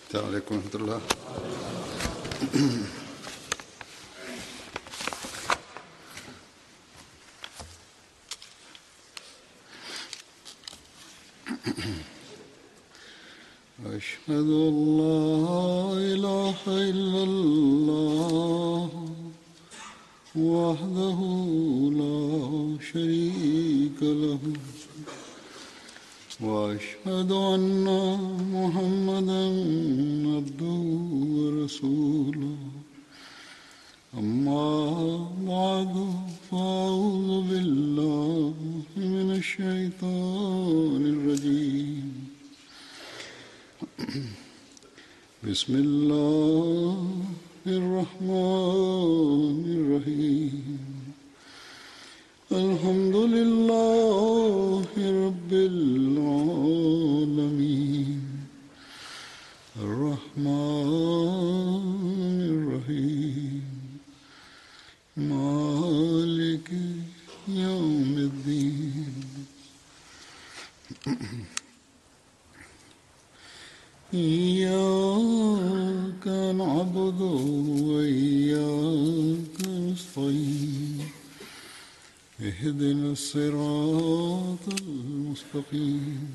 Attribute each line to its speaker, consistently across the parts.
Speaker 1: السلام عليكم ورحمة الله. أشهد أن لا إله إلا الله وحده لا شريك له وأشهد أن محمدًا عبده ورسوله أما بعد فأعوذ بالله من الشيطان الرجيم بسم الله الرحمن الرحيم الحمد لله رب العالمين الرحمن الرحيم مالك يوم الدين إياك نعبد وإياك نستعين اهدنا الصراط المستقيم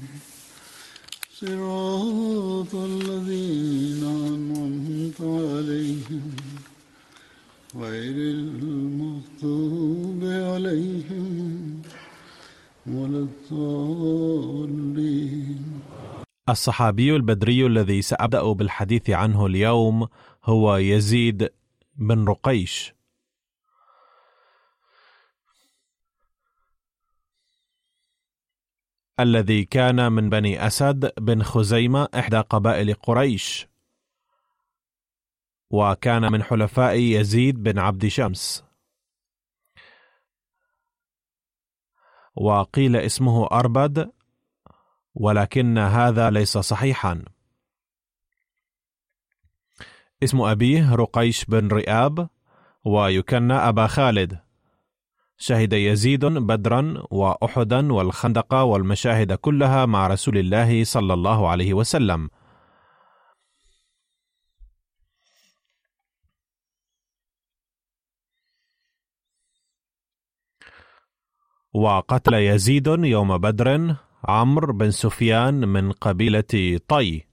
Speaker 1: صراط الذين أنعمت عليهم غير المغضوب عليهم ولا الضالين.
Speaker 2: الصحابي البدري الذي سأبدأ بالحديث عنه اليوم هو يزيد بن رقيش. الذي كان من بني أسد بن خزيمة إحدى قبائل قريش، وكان من حلفاء يزيد بن عبد شمس، وقيل اسمه أربد، ولكن هذا ليس صحيحا. اسم أبيه رقيش بن رئاب، ويكنى أبا خالد. شهد يزيد بدرا وأحدا والخندق والمشاهد كلها مع رسول الله صلى الله عليه وسلم. وقتل يزيد يوم بدر عمرو بن سفيان من قبيلة طي.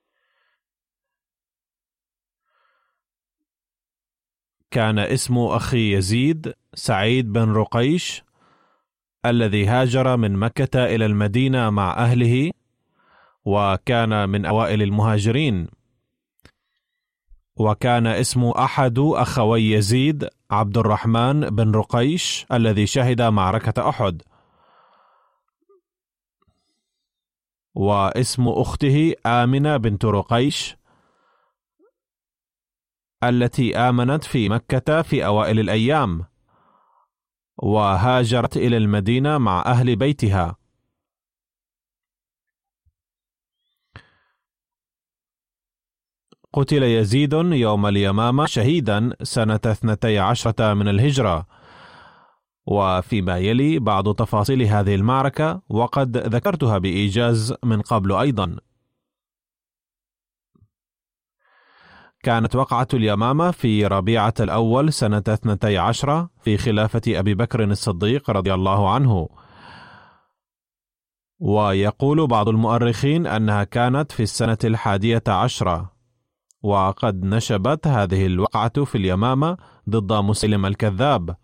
Speaker 2: كان اسم أخي يزيد سعيد بن رقيش، الذي هاجر من مكة إلى المدينة مع أهله، وكان من أوائل المهاجرين. وكان اسم أحد أخوي يزيد عبد الرحمن بن رقيش، الذي شهد معركة أحد. واسم أخته آمنة بنت رقيش، التي آمنت في مكة في أوائل الأيام، وهاجرت إلى المدينة مع أهل بيتها. قتل يزيد يوم اليمامة شهيدا سنة 12 من الهجرة. وفيما يلي بعض تفاصيل هذه المعركة، وقد ذكرتها بإيجاز من قبل أيضا. كانت وقعة اليمامة في ربيعة الأول سنة 12 في خلافة أبي بكر الصديق رضي الله عنه. ويقول بعض المؤرخين أنها كانت في السنة 11، وقد نشبت هذه الوقعة في اليمامة ضد مسيلم الكذاب.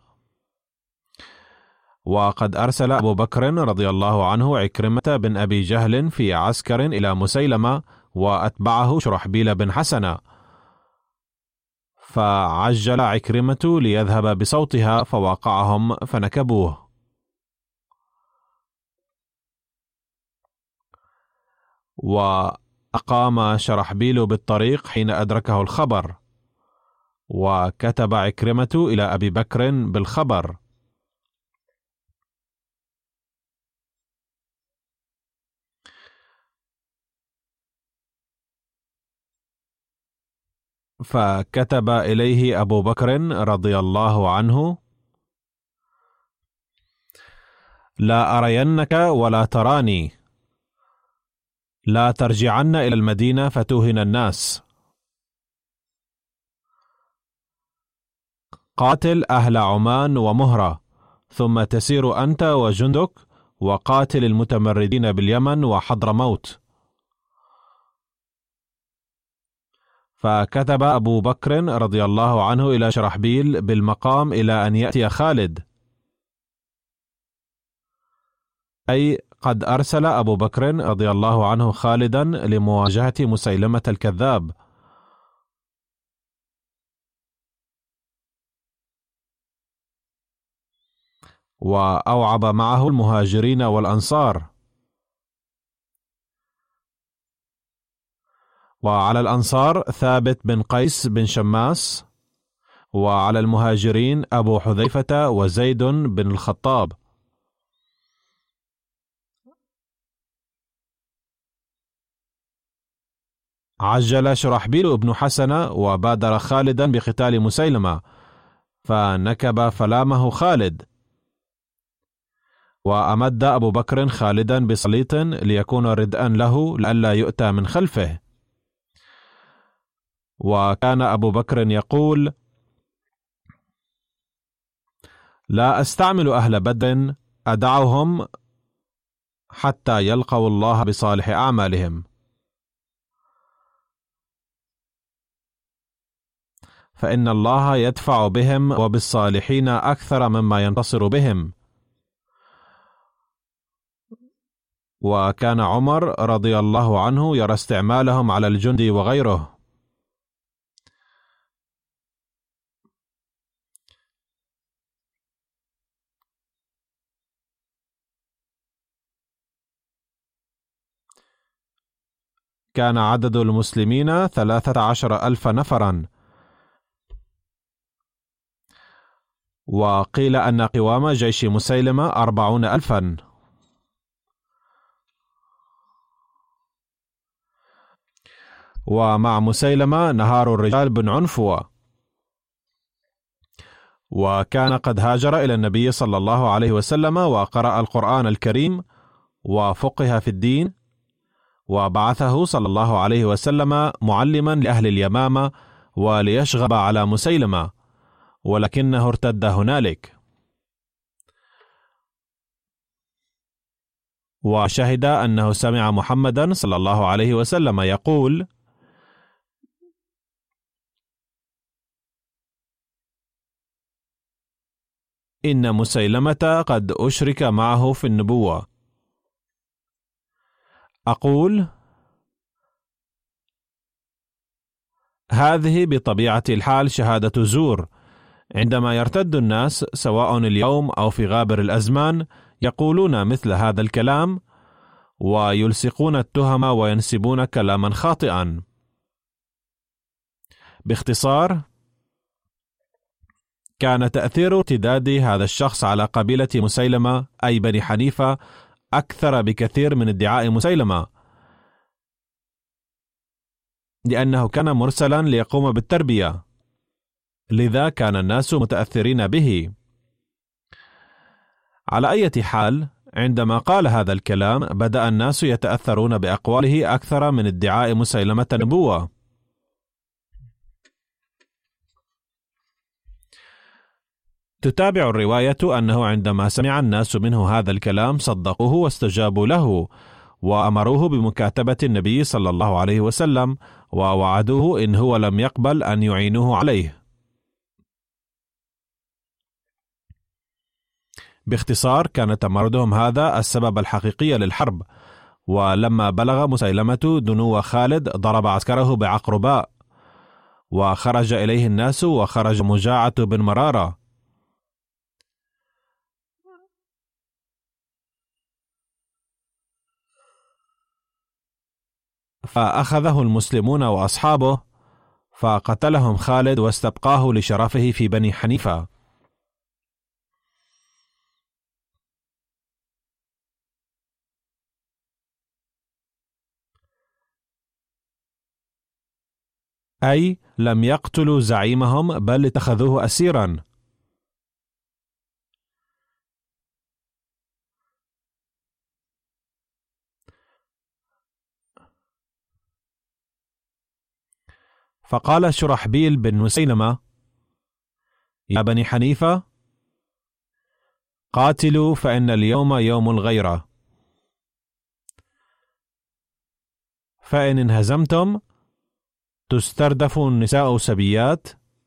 Speaker 2: وقد أرسل أبو بكر رضي الله عنه عكرمة بن أبي جهل في عسكر إلى مسيلمة، وأتبعه شرحبيل بن حسنة، فعجل عكرمة ليذهب بصوتها فوقعهم فنكبوه. وأقام شرحبيل بالطريق حين أدركه الخبر، وكتب عكرمة إلى أبي بكر بالخبر. فكتب إليه أبو بكر رضي الله عنه: لا أرينك ولا تراني، لا ترجعن إلى المدينة فتوهن الناس. قاتل أهل عمان ومهرة، ثم تسير أنت وجندك وقاتل المتمردين باليمن وحضرموت. فكتب أبو بكر رضي الله عنه إلى شرحبيل بالمقام إلى أن يأتي خالد، أي قد أرسل أبو بكر رضي الله عنه خالدا لمواجهة مسيلمة الكذاب. وأوعب معه المهاجرين والأنصار. وعلى الأنصار ثابت بن قيس بن شماس، وعلى المهاجرين أبو حذيفة وزيد بن الخطاب. عجل شرحبيل بن حسنة وبادر خالدا بقتال مسيلمة، فنكب فلامه خالد. وأمد أبو بكر خالدا بسليط ليكون ردءا له لئلا يؤتى من خلفه. وكان أبو بكر يقول: لا أستعمل أهل بدر، أدعهم حتى يلقوا الله بصالح أعمالهم، فإن الله يدفع بهم وبالصالحين أكثر مما ينتصر بهم. وكان عمر رضي الله عنه يرى استعمالهم على الجند وغيره. كان عدد المسلمين 13,000 نفرا، وقيل أن قوام جيش مسيلمة 40,000. ومع مسيلمة نهار الرجال بن عنفوة، وكان قد هاجر إلى النبي صلى الله عليه وسلم وقرأ القرآن الكريم وفقه في الدين، وبعثه صلى الله عليه وسلم معلما لأهل اليمامة وليشغب على مسيلمة، ولكنه ارتد هنالك. وشهد أنه سمع محمدا صلى الله عليه وسلم يقول: إن مسيلمة قد أشرك معه في النبوة. أقول: هذه بطبيعة الحال شهادة زور. عندما يرتد الناس سواء اليوم أو في غابر الأزمان يقولون مثل هذا الكلام ويلصقون التهم وينسبون كلاما خاطئا. باختصار، كان تأثير ارتداد هذا الشخص على قبيلة مسيلمة أي بني حنيفة أكثر بكثير من ادعاء مسيلمة، لأنه كان مرسلا ليقوم بالتربية، لذا كان الناس متأثرين به. على أي حال، عندما قال هذا الكلام بدأ الناس يتأثرون بأقواله أكثر من ادعاء مسيلمة النبوة. تتابع الرواية أنه عندما سمع الناس منه هذا الكلام صدقوه واستجابوا له، وأمروه بمكاتبة النبي صلى الله عليه وسلم، ووعدوه إن هو لم يقبل أن يعينوه عليه. باختصار، كان تمردهم هذا السبب الحقيقي للحرب. ولما بلغ مسيلمة دنو خالد ضرب عسكره بعقرباء، وخرج إليه الناس، وخرج مجاعة بن مرارة، فأخذه المسلمون وأصحابه فقتلهم خالد واستبقاه لشرفه في بني حنيفة. أي لم يقتلوا زعيمهم بل اتخذوه أسيرا. فقال شرحبيل بن مسيلمة: يا بني حنيفة، قاتلوا فإن اليوم يوم الغيرة، فإن انهزمتم تستردف النساء سبيات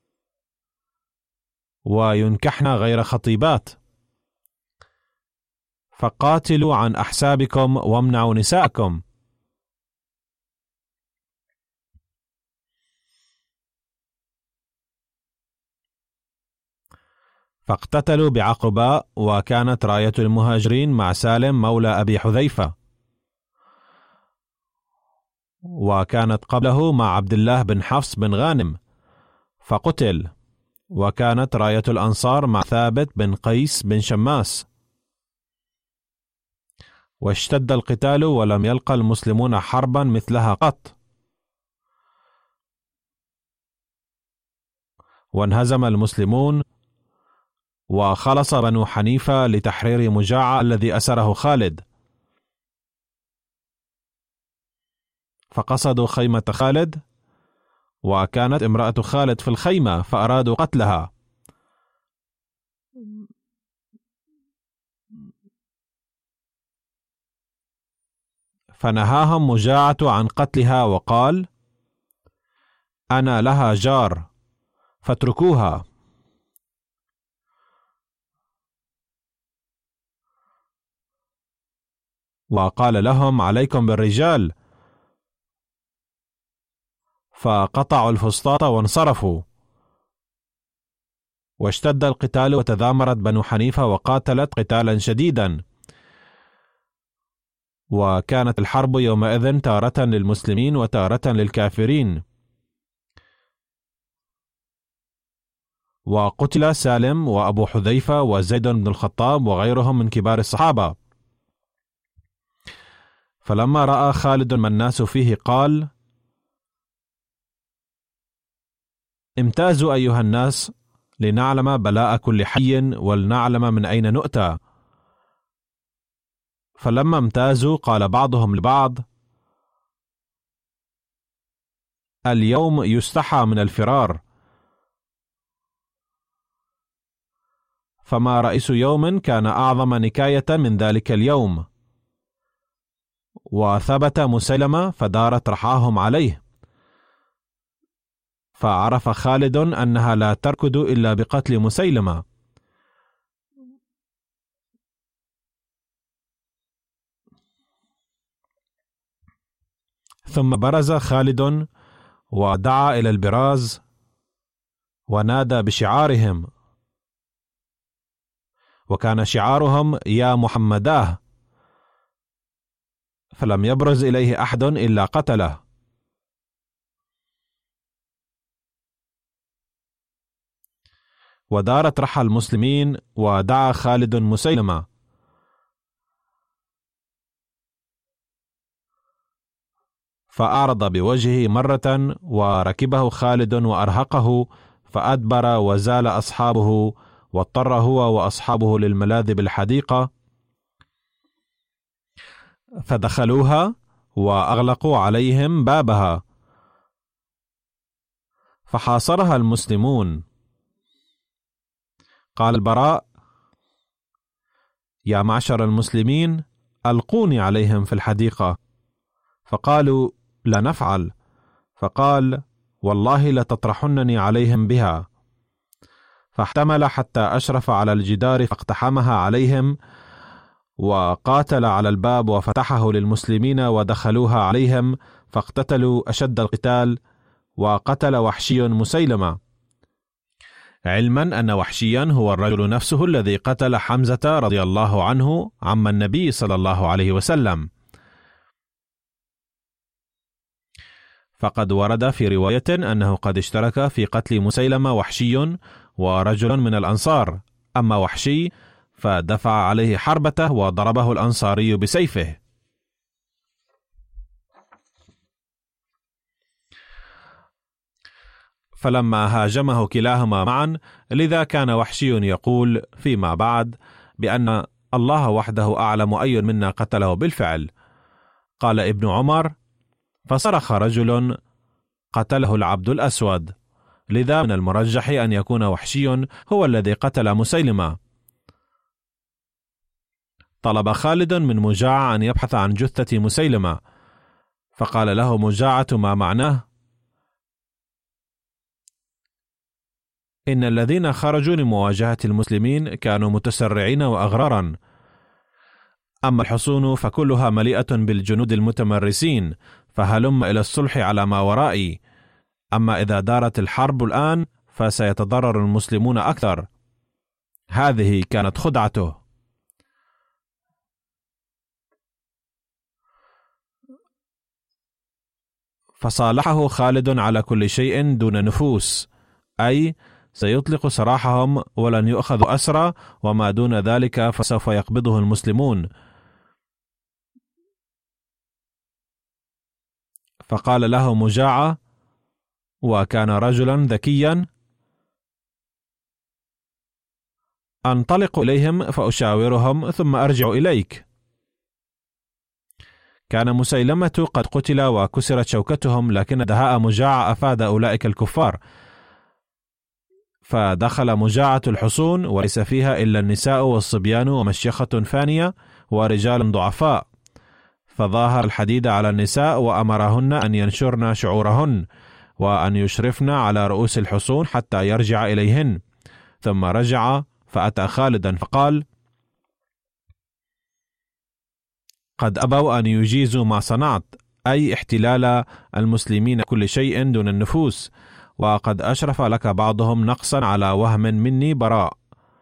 Speaker 2: وينكحن غير خطيبات، فقاتلوا عن أحسابكم وامنعوا نساءكم. فاقتتلوا بعقباء، وكانت راية المهاجرين مع سالم مولى أبي حذيفة، وكانت قبله مع عبد الله بن حفص بن غانم فقتل، وكانت راية الأنصار مع ثابت بن قيس بن شماس. واشتد القتال ولم يلقى المسلمون حربا مثلها قط، وانهزم المسلمون، وخلص بنو حنيفة لتحرير مجاعة الذي أسره خالد، فقصدوا خيمة خالد، وكانت امرأة خالد في الخيمة فأرادوا قتلها، فنهاهم مجاعة عن قتلها وقال: أنا لها جار فاتركوها. وقال لهم: عليكم بالرجال، فقطعوا الفسطاط وانصرفوا. واشتد القتال وتذامرت بنو حنيفة وقاتلت قتالا شديدا، وكانت الحرب يومئذ تارة للمسلمين وتارة للكافرين. وقتل سالم وأبو حذيفة وزيد بن الخطاب وغيرهم من كبار الصحابة. فلما رأى خالد ما الناس فيه قال: امتازوا أيها الناس لنعلم بلاء كل حي ولنعلم من أين نؤتى. فلما امتازوا قال بعضهم لبعض: اليوم يستحى من الفرار، فما رئيس يوم كان أعظم نكاية من ذلك اليوم. وثبت مسيلمة فدارت رحاهم عليه، فعرف خالد أنها لا تركض إلا بقتل مسيلمة، ثم برز خالد ودعا إلى البراز ونادى بشعارهم، وكان شعارهم يا محمداه، فلم يبرز إليه أحد إلا قتله. ودارت رحى المسلمين، ودعا خالد مسيلمة، فأعرض بوجهه مرة، وركبه خالد وأرهقه، فأدبر وزال أصحابه، واضطر هو وأصحابه للملاذ بالحديقة، فدخلوها وأغلقوا عليهم بابها، فحاصرها المسلمون. قال البراء: يا معشر المسلمين، ألقوني عليهم في الحديقة. فقالوا: لا نفعل. فقال: والله لتطرحنني عليهم بها. فاحتمل حتى أشرف على الجدار فاقتحمها عليهم، وقاتل على الباب وفتحه للمسلمين، ودخلوها عليهم فاقتتلوا أشد القتال، وقتل وحشي مسيلمة، علما أن وحشيا هو الرجل نفسه الذي قتل حمزة رضي الله عنه عم النبي صلى الله عليه وسلم. فقد ورد في رواية أنه قد اشترك في قتل مسيلمة وحشي ورجل من الأنصار، أما وحشي فدفع عليه حربته وضربه الأنصاري بسيفه. فلما هاجمه كلاهما معا، لذا كان وحشي يقول فيما بعد بأن الله وحده أعلم أي منا قتله بالفعل. قال ابن عمر: فصرخ رجل قتله العبد الأسود، لذا من المرجح أن يكون وحشي هو الذي قتل مسيلمة. طلب خالد من مجاعة أن يبحث عن جثة مسيلمة، فقال له مجاعة ما معناه؟ إن الذين خرجوا لمواجهة المسلمين كانوا متسرعين وأغرارا، أما الحصون فكلها مليئة بالجنود المتمرسين، فهلم إلى الصلح على ما ورائي. أما إذا دارت الحرب الآن فسيتضرر المسلمون أكثر. هذه كانت خدعته. فصالحه خالد على كل شيء دون نفوس، أي سيطلق سراحهم ولن يؤخذوا أسرى، وما دون ذلك فسوف يقبضه المسلمون. فقال له مجاعة، وكان رجلا ذكيا: أنطلق إليهم فأشاورهم ثم أرجع إليك. كان مسيلمة قد قتل وكسرت شوكتهم، لكن دهاء مجاعة أفاد أولئك الكفار، فدخل مجاعة الحصون وليس فيها إلا النساء والصبيان ومشيخة فانية ورجال ضعفاء، فظاهر الحديد على النساء وأمرهن أن ينشرن شعورهن وأن يشرفن على رؤوس الحصون حتى يرجع إليهن. ثم رجع فأتى خالدا فقال: قد أبوا أن يجيزوا ما صنعت، أي احتلال المسلمين كل شيء دون النفوس، وقد أشرف لك بعضهم نقصا على وهم مني براء.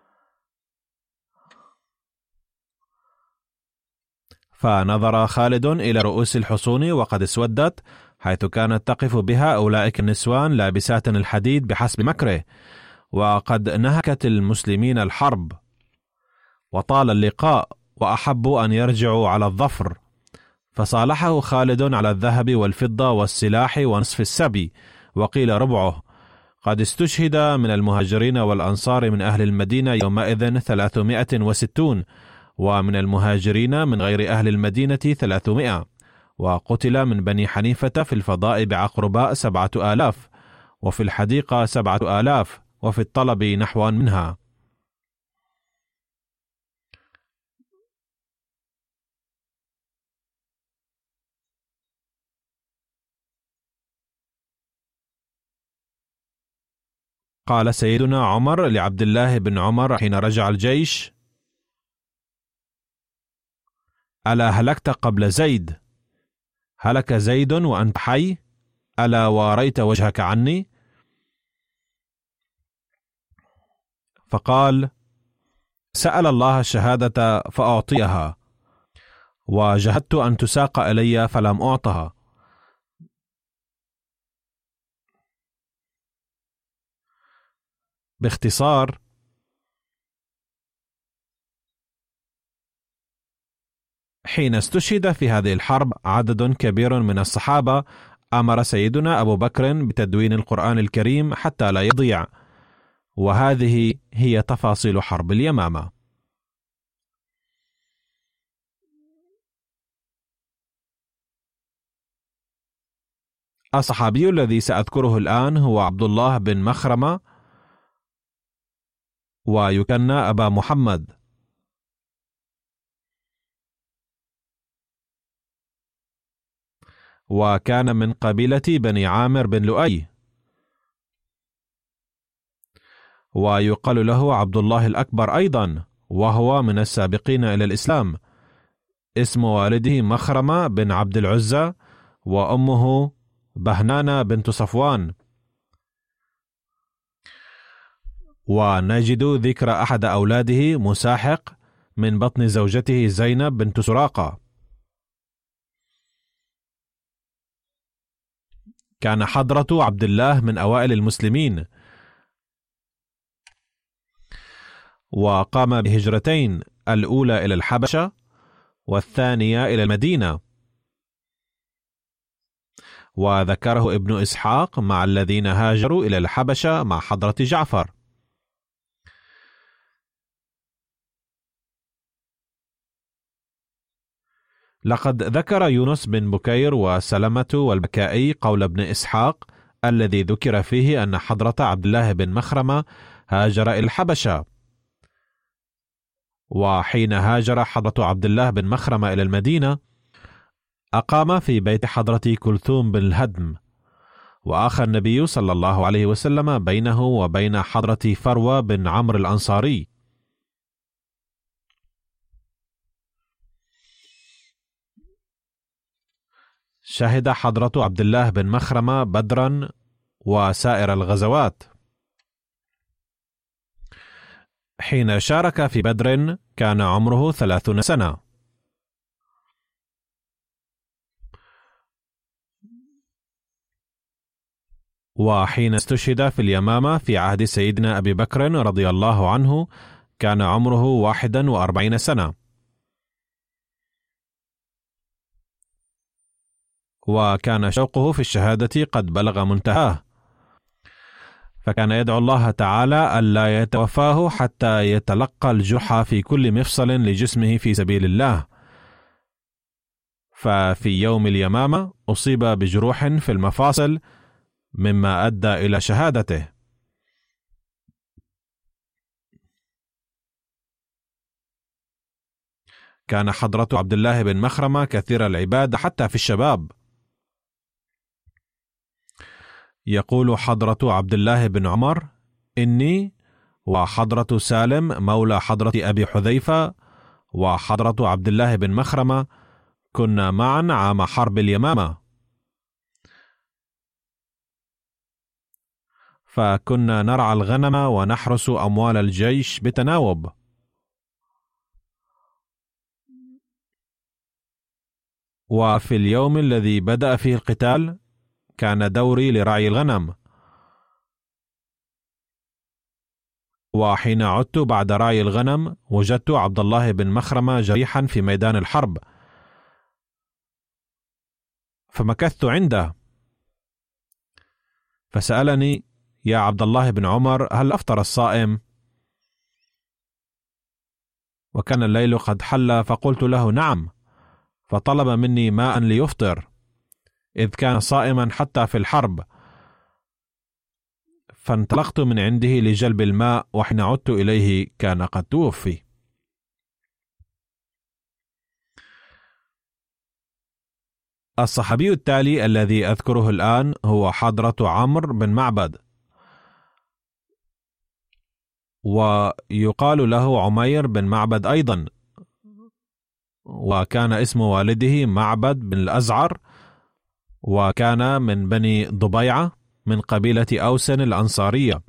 Speaker 2: فنظر خالد إلى رؤوس الحصون وقد اسودت، حيث كانت تقف بها أولئك النسوان لابسات الحديد بحسب مكره، وقد نهكت المسلمين الحرب وطال اللقاء، وأحبوا أن يرجعوا على الظفر. فصالحه خالد على الذهب والفضة والسلاح ونصف السبي، وقيل ربعه. قد استشهد من المهاجرين والأنصار من أهل المدينة يومئذ 360، ومن المهاجرين من غير أهل المدينة 300، وقتل من بني حنيفة في الفضاء بعقرباء 7000، وفي الحديقة 7000، وفي الطلب نحو منها. قال سيدنا عمر لعبد الله بن عمر حين رجع الجيش: ألا هلكت قبل زيد؟ هلك زيد وأنت حي؟ ألا واريت وجهك عني؟ فقال: سأل الله الشهادة فأعطيها، وجهدت أن تساق إلي فلم أعطها. باختصار، حين استشهد في هذه الحرب عدد كبير من الصحابة، أمر سيدنا أبو بكر بتدوين القرآن الكريم حتى لا يضيع، وهذه هي تفاصيل حرب اليمامة. الصحابي الذي سأذكره الآن هو عبد الله بن مخرمة، ويكنى أبا محمد. وكان من قبيلة بني عامر بن لؤي، ويقال له عبد الله الأكبر أيضا، وهو من السابقين إلى الإسلام. اسم والده مخرمة بن عبد العزى، وأمه بهنانة بنت صفوان. ونجد ذكر أحد أولاده مساحق من بطن زوجته زينب بنت سراقة. كان حضرة عبد الله من أوائل المسلمين، وقام بهجرتين، الأولى إلى الحبشة والثانية إلى المدينة. وذكره ابن إسحاق مع الذين هاجروا إلى الحبشة مع حضرة جعفر. لقد ذكر يونس بن بكير وسلمة والبكائي قول ابن إسحاق الذي ذكر فيه أن حضرة عبد الله بن مخرمة هاجر إلى الحبشة. وحين هاجر حضرة عبد الله بن مخرمة إلى المدينة أقام في بيت حضرة كلثوم بن الهدم، وآخى النبي صلى الله عليه وسلم بينه وبين حضرة فروة بن عمرو الأنصاري. شهد حضرة عبد الله بن مخرمة بدرا وسائر الغزوات. حين شارك في بدر كان عمره 30 سنة. وحين استشهد في اليمامة في عهد سيدنا أبي بكر رضي الله عنه كان عمره 41 سنة. وكان شوقه في الشهادة قد بلغ منتهاه، فكان يدعو الله تعالى ألا يتوفاه حتى يتلقى الجحا في كل مفصل لجسمه في سبيل الله. ففي يوم اليمامة أصيب بجروح في المفاصل مما أدى إلى شهادته. كان حضرة عبد الله بن مخرمة كثير العبادة حتى في الشباب. يقول حضرة عبد الله بن عمر: إني وحضرة سالم مولى حضرة أبي حذيفة وحضرة عبد الله بن مخرمة كنا معا عام حرب اليمامة، فكنا نرعى الغنم ونحرس أموال الجيش بتناوب. وفي اليوم الذي بدأ فيه القتال كان دوري لرعي الغنم، وحين عدت بعد رعي الغنم وجدت عبد الله بن مخرمة جريحا في ميدان الحرب، فمكثت عنده فسألني: يا عبد الله بن عمر، هل أفطر الصائم؟ وكان الليل قد حل، فقلت له: نعم، فطلب مني ماء ليفطر إذ كان صائما حتى في الحرب، فانطلقت من عنده لجلب الماء، وحين عدت إليه كان قد توفي. الصحابي التالي الذي أذكره الآن هو حضرة عمرو بن معبد، ويقال له عمير بن معبد أيضا، وكان اسم والده معبد بن الأزعر، وكان من بني ضبيعة من قبيلة أوس الأنصارية.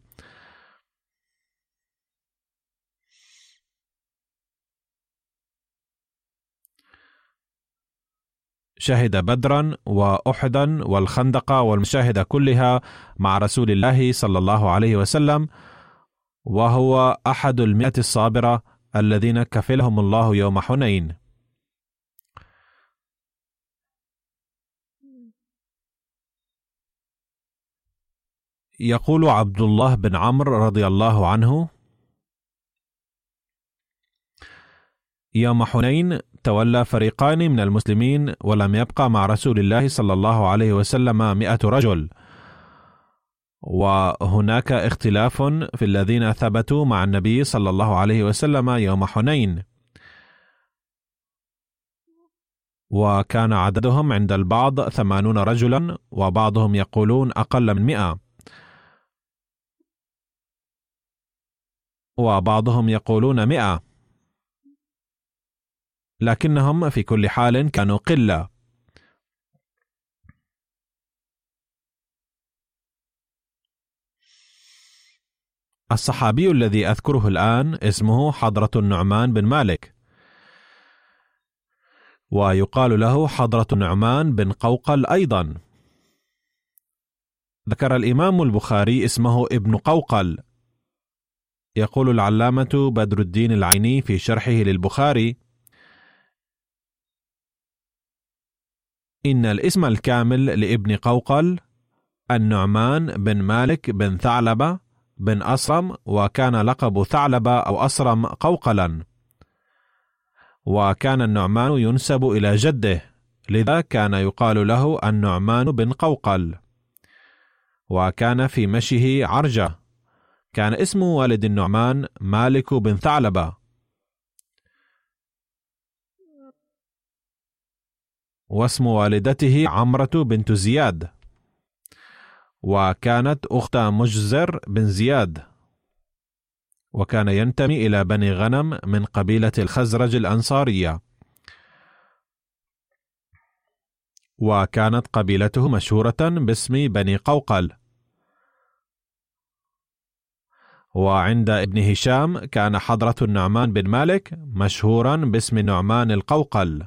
Speaker 2: شهد بدرا وأحدا والخندق والمشاهد كلها مع رسول الله صلى الله عليه وسلم، وهو أحد 100 الصابرة الذين كفلهم الله يوم حنين. يقول عبد الله بن عمرو رضي الله عنه: يوم حنين تولى فريقان من المسلمين، ولم يبقى مع رسول الله صلى الله عليه وسلم 100 رجل، وهناك اختلاف في الذين ثبتوا مع النبي صلى الله عليه وسلم يوم حنين، وكان عددهم عند البعض 80 رجلا، وبعضهم يقولون أقل من 100، وبعضهم يقولون 100، لكنهم في كل حال كانوا قلة. الصحابي الذي أذكره الآن اسمه حضرة النعمان بن مالك، ويقال له حضرة النعمان بن قوقل أيضا. ذكر الإمام البخاري اسمه ابن قوقل. يقول العلامة بدر الدين العيني في شرحه للبخاري: إن الاسم الكامل لابن قوقل النعمان بن مالك بن ثعلبة بن أصرم، وكان لقب ثعلبة أو أصرم قوقلا، وكان النعمان ينسب إلى جده، لذا كان يقال له النعمان بن قوقل. وكان في مشيه عرجة. كان اسم والد النعمان مالك بن ثعلبة، واسم والدته عمرة بنت زياد، وكانت أخت مجزر بن زياد، وكان ينتمي إلى بني غنم من قبيلة الخزرج الأنصارية، وكانت قبيلته مشهورة باسم بني قوقل. وعند ابن هشام كان حضرة النعمان بن مالك مشهورا باسم نعمان القوقل.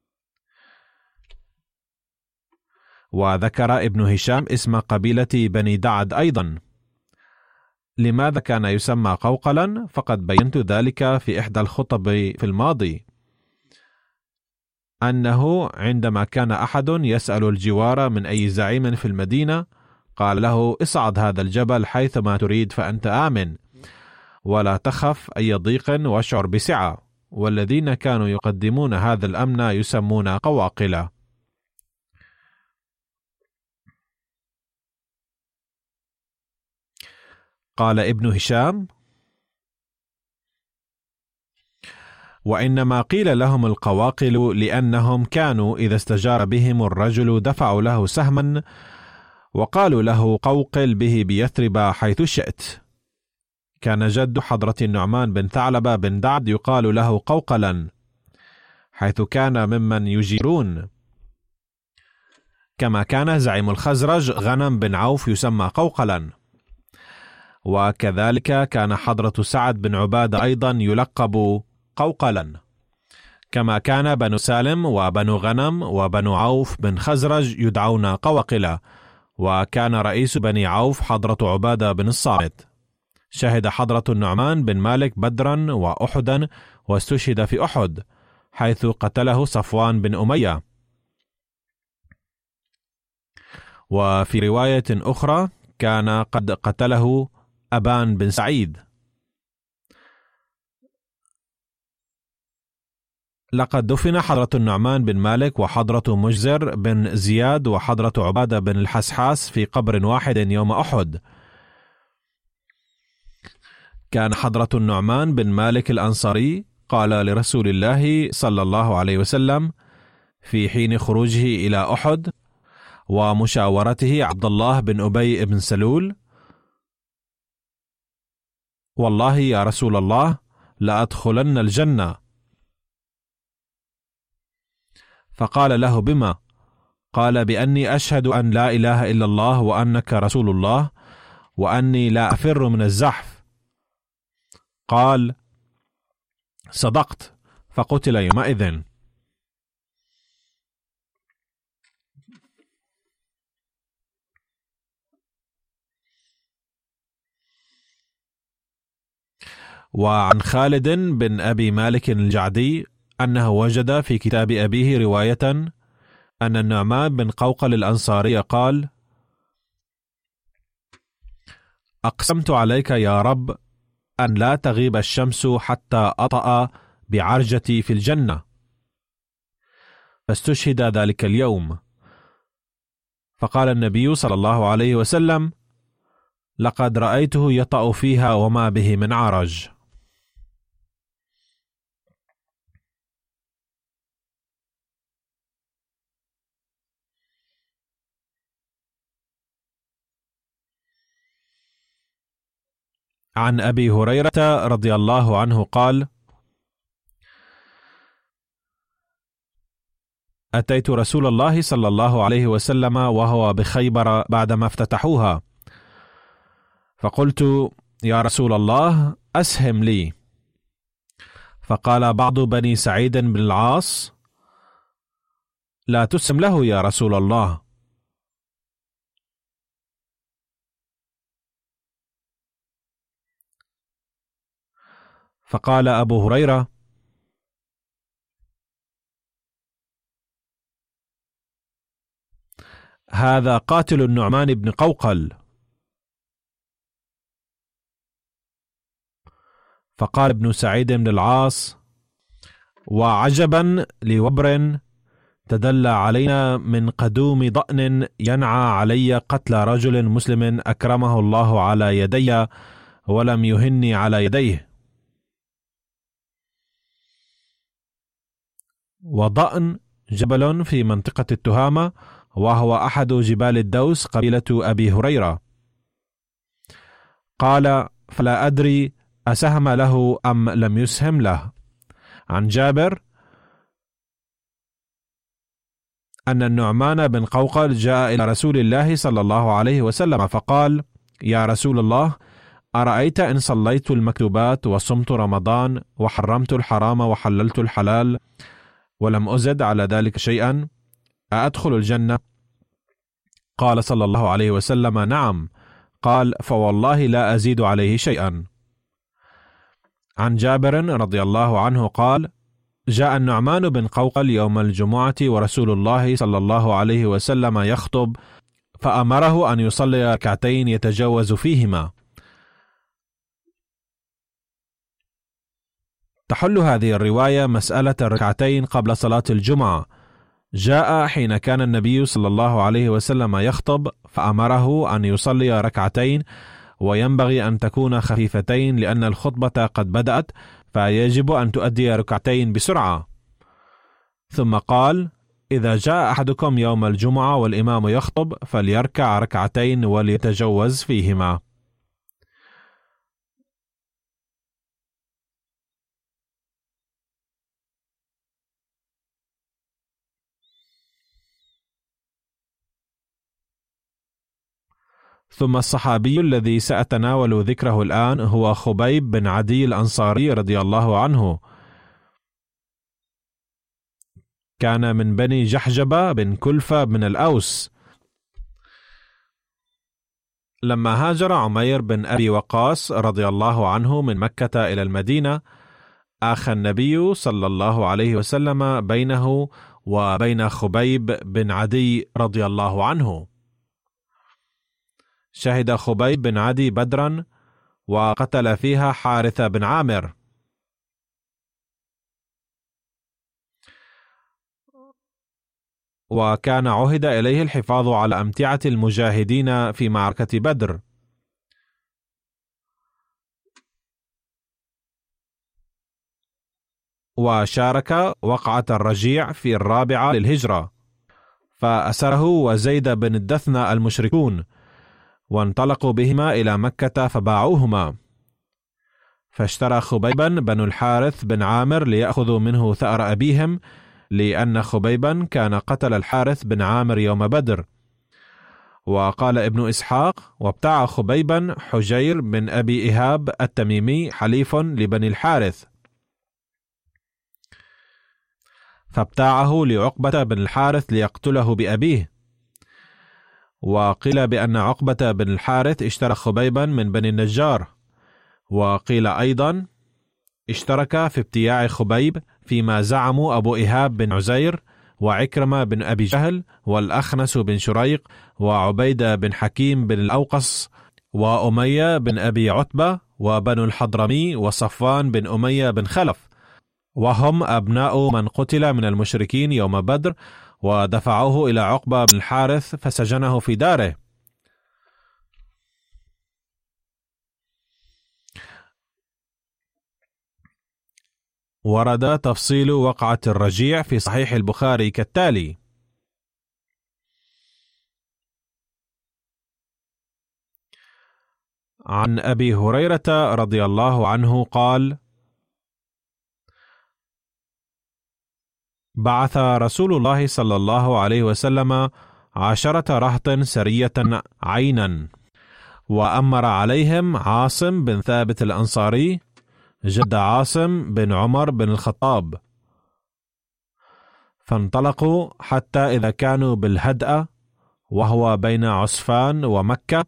Speaker 2: وذكر ابن هشام اسم قبيلة بني دعد أيضا. لماذا كان يسمى قوقلا؟ فقد بينت ذلك في إحدى الخطب في الماضي، أنه عندما كان أحد يسأل الجوار من أي زعيم في المدينة قال له: اصعد هذا الجبل حيثما تريد فأنت آمن، ولا تخف أي ضيق واشعر بسعة. والذين كانوا يقدمون هذا الأمن يسمون قواقلة. قال ابن هشام: وإنما قيل لهم القواقل لأنهم كانوا إذا استجار بهم الرجل دفعوا له سهما وقالوا له: قوقل به بيثرب حيث شئت. كان جد حضرة النعمان بن ثعلبة بن دعد يقال له قوقلا، حيث كان ممن يجيرون، كما كان زعيم الخزرج غنم بن عوف يسمى قوقلا. وكذلك كان حضرة سعد بن عبادة أيضا يلقب قوقلا، كما كان بنو سالم وبنو غنم وبنو عوف بن خزرج يدعون قواقلة. وكان رئيس بني عوف حضرة عبادة بن الصامت. شهد حضرة النعمان بن مالك بدرا وأحدا، واستشهد في أحد حيث قتله صفوان بن أمية. وفي رواية أخرى كان قد قتله أبان بن سعيد. لقد دفن حضرة النعمان بن مالك وحضرة مجزر بن زياد وحضرة عبادة بن الحسحاس في قبر واحد يوم أحد. كان حضرة النعمان بن مالك الأنصاري قال لرسول الله صلى الله عليه وسلم في حين خروجه إلى أحد ومشاورته عبد الله بن أبي بن سلول: والله يا رسول الله لأدخلن الجنة. فقال له: بما؟ قال: بأني أشهد أن لا إله إلا الله وأنك رسول الله وأني لا أفر من الزحف. قال: صدقت، فقتل يومئذ. وعن خالد بن أبي مالك الجعدي أنه وجد في كتاب أبيه رواية أن النعمان بن قوقل الأنصاري قال: أقسمت عليك يا رب أن لا تغيب الشمس حتى أطأ بعرجتي في الجنة. فاستشهد ذلك اليوم. فقال النبي صلى الله عليه وسلم: لقد رأيته يطأ فيها وما به من عرج. عن أبي هريرة رضي الله عنه قال: أتيت رسول الله صلى الله عليه وسلم وهو بخيبر بعدما افتتحوها، فقلت: يا رسول الله أسهم لي. فقال بعض بني سعيد بن العاص: لا تسهم له يا رسول الله. فقال أبو هريرة: هذا قاتل النعمان بن قوقل. فقال ابن سعيد بن العاص: وعجبا لوبر تدلى علينا من قدوم ضأن ينعى علي قتل رجل مسلم أكرمه الله على يدي ولم يهني على يديه. وضأن جبل في منطقة التهامة، وهو أحد جبال الدوس قبيلة أبي هريرة. قال: فلا أدري أسهم له أم لم يسهم له. عن جابر أن النعمان بن قوقل جاء إلى رسول الله صلى الله عليه وسلم فقال: يا رسول الله، أرأيت إن صليت المكتوبات وصمت رمضان وحرمت الحرام وحللت الحلال ولم أزد على ذلك شيئا، أأدخل الجنة؟ قال صلى الله عليه وسلم: نعم. قال: فوالله لا أزيد عليه شيئا. عن جابر رضي الله عنه قال: جاء النعمان بن قوقل يوم الجمعة ورسول الله صلى الله عليه وسلم يخطب، فأمره أن يصلي ركعتين يتجوز فيهما. تحل هذه الرواية مسألة الركعتين قبل صلاة الجمعة. جاء حين كان النبي صلى الله عليه وسلم يخطب فأمره أن يصلي ركعتين، وينبغي أن تكون خفيفتين لأن الخطبة قد بدأت، فيجب أن تؤدي ركعتين بسرعة. ثم قال: إذا جاء أحدكم يوم الجمعة والإمام يخطب فليركع ركعتين وليتجوز فيهما. ثم الصحابي الذي سأتناول ذكره الآن هو خبيب بن عدي الأنصاري رضي الله عنه. كان من بني جحجبة بن كلفة بن الأوس. لما هاجر عمير بن أبي وقاص رضي الله عنه من مكة إلى المدينة، آخى النبي صلى الله عليه وسلم بينه وبين خبيب بن عدي رضي الله عنه. شهد خبيب بن عدي بدرا وقتل فيها حارث بن عامر. وكان عهد إليه الحفاظ على أمتعة المجاهدين في معركة بدر. وشارك وقعة الرجيع في 4 للهجرة، فأسره وزيد بن الدثنة المشركون، وانطلقوا بهما إلى مكة فباعوهما. فاشترى خبيبا بن الحارث بن عامر ليأخذوا منه ثأر أبيهم، لأن خبيبا كان قتل الحارث بن عامر يوم بدر. وقال ابن إسحاق: وابتاع خبيبا حجير بن أبي إيهاب التميمي حليف لبني الحارث، فابتاعه لعقبة بن الحارث ليقتله بأبيه. وقيل بأن عقبة بن الحارث اشترى خبيبا من بني النجار. وقيل أيضا اشترك في ابتياع خبيب فيما زعموا أبو إيهاب بن عزير وعكرمة بن أبي جهل والأخنس بن شريق وعبيدة بن حكيم بن الأوقص وأمية بن أبي عتبة وبنو الحضرمي وصفوان بن أمية بن خلف، وهم أبناء من قتل من المشركين يوم بدر، ودفعوه إلى عقبة بن الحارث فسجنه في داره. ورد تفصيل وقعة الرجيع في صحيح البخاري كالتالي: عن أبي هريرة رضي الله عنه قال: بعث رسول الله صلى الله عليه وسلم 10 رهط سرية عينا، وأمر عليهم عاصم بن ثابت الأنصاري جد عاصم بن عمر بن الخطاب. فانطلقوا حتى إذا كانوا بالهدأ وهو بين عسفان ومكة،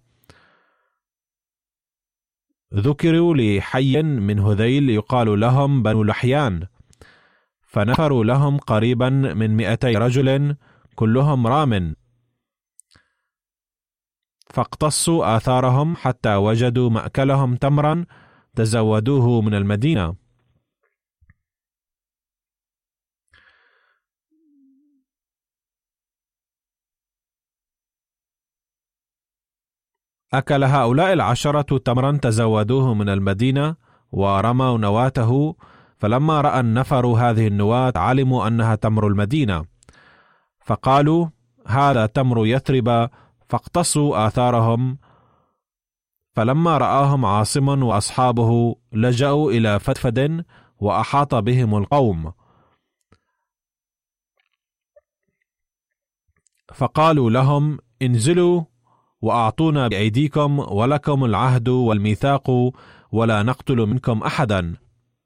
Speaker 2: ذكروا لحي من هذيل يقال لهم بنو لحيان، فنفروا لهم قريبا من 200 رجل كلهم رام، فاقتصوا آثارهم حتى وجدوا مأكلهم تمرا تزودوه من المدينة. أكل هؤلاء 10 تمرا تزودوه من المدينة ورموا نواته، فلما رأى النفر هذه النواة علموا أنها تمر المدينة، فقالوا هذا تمر يثرب، فاقتصوا آثارهم. فلما رآهم عاصم وأصحابه لجأوا إلى فدفد وأحاط بهم القوم، فقالوا لهم انزلوا وأعطونا بأيديكم ولكم العهد والميثاق ولا نقتل منكم أحدا.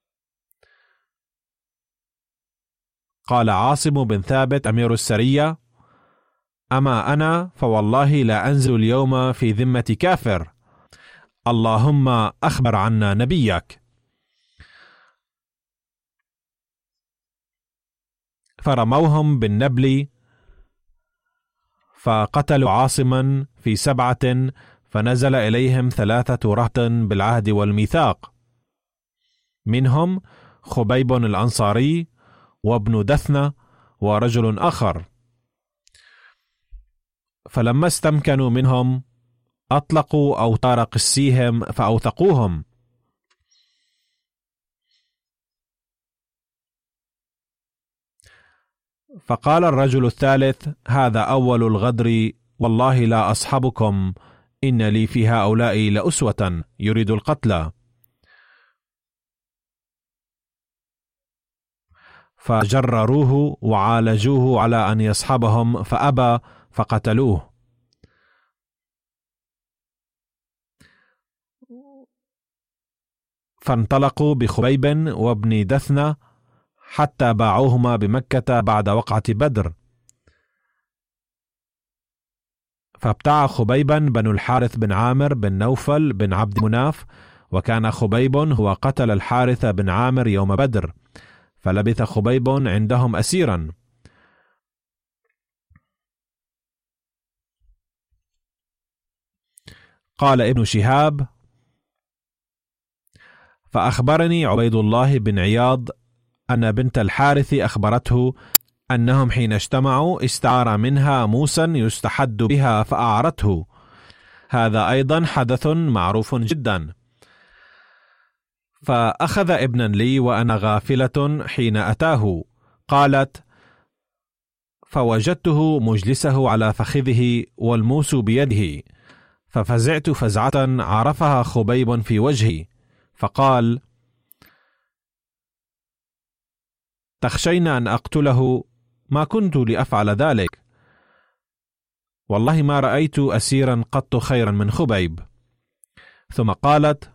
Speaker 2: قال عاصم بن ثابت أمير السرية: أما أنا فوالله لا أنزل اليوم في ذمة كافر، اللهم أخبر عنا نبيك. فرموهم بالنبل فقتلوا عاصما في 7، فنزل إليهم 3 رهط بالعهد والميثاق، منهم خبيب الأنصاري وابن دثنة ورجل آخر. فلما استمكنوا منهم أطلقوا أوتار قسيهم فأوثقوهم. فقال الرجل الثالث: هذا أول الغدر، والله لا أصحبكم، إن لي في هؤلاء لأسوة، يريد القتل. فجرروه وعالجوه على أن يصحبهم فأبى، فقتلوه. فانطلقوا بخبيب وابن دثنة حتى باعوهما بمكة بعد وقعة بدر. فابتاع خبيبا بنو الحارث بن عامر بن نوفل بن عبد مناف، وكان خبيب هو قتل الحارث بن عامر يوم بدر، فلبث خبيب عندهم أسيرا. قال ابن شهاب: فأخبرني عبيد الله بن عياض أن بنت الحارث أخبرته أنهم حين اجتمعوا استعار منها موسى يستحد بها فأعرته. هذا أيضا حدث معروف جدا. فأخذ ابنا لي وأنا غافلة حين أتاه. قالت: فوجدته مجلسه على فخذه والموس بيده، ففزعت فزعة عرفها خبيب في وجهي، فقال: تخشين أن أقتله؟ ما كنت لأفعل ذلك، والله ما رأيت أسيرا قط خيرا من خبيب. ثم قالت: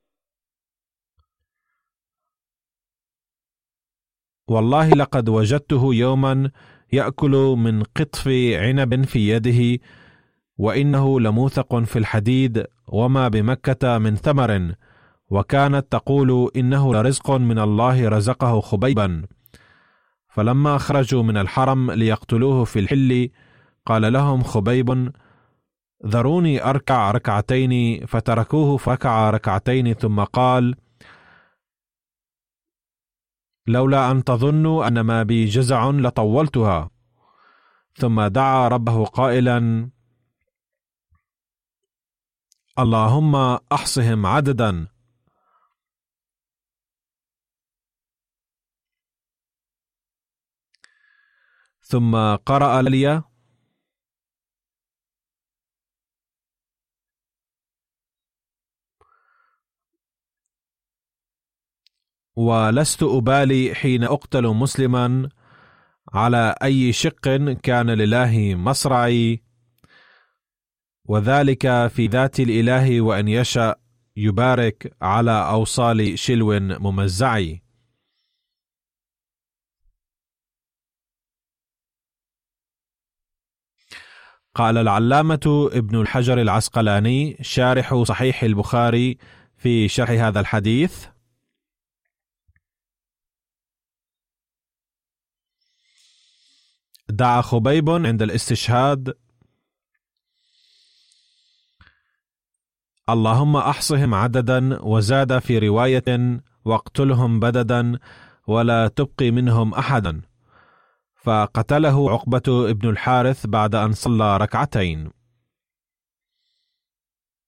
Speaker 2: والله لقد وجدته يوما يأكل من قطف عنب في يده، وإنه لموثق في الحديد، وما بمكة من ثمر، وكانت تقول إنه لرزق من الله رزقه خبيبا. فلما خرجوا من الحرم ليقتلوه في الحل قال لهم خبيب: ذروني أركع ركعتين، فتركوه فركع ركعتين، ثم قال: لولا أن تظنوا أن ما بي جزع لطولتها. ثم دعا ربه قائلا: اللهم أحصهم عددا. ثم قرأ لي: ولست أبالي حين أقتل مسلما على أي شق كان لله مصرعي، وذلك في ذات الإله، وأن يشاء يبارك على أوصال شلو ممزعي. قال العلامة ابن الحجر العسقلاني شارح صحيح البخاري في شرح هذا الحديث: دعا خبيب عند الاستشهاد: اللهم أحصهم عددا، وزاد في رواية: واقتلهم بددا ولا تبقي منهم أحدا. فقتله عقبة ابن الحارث بعد أن صلى ركعتين.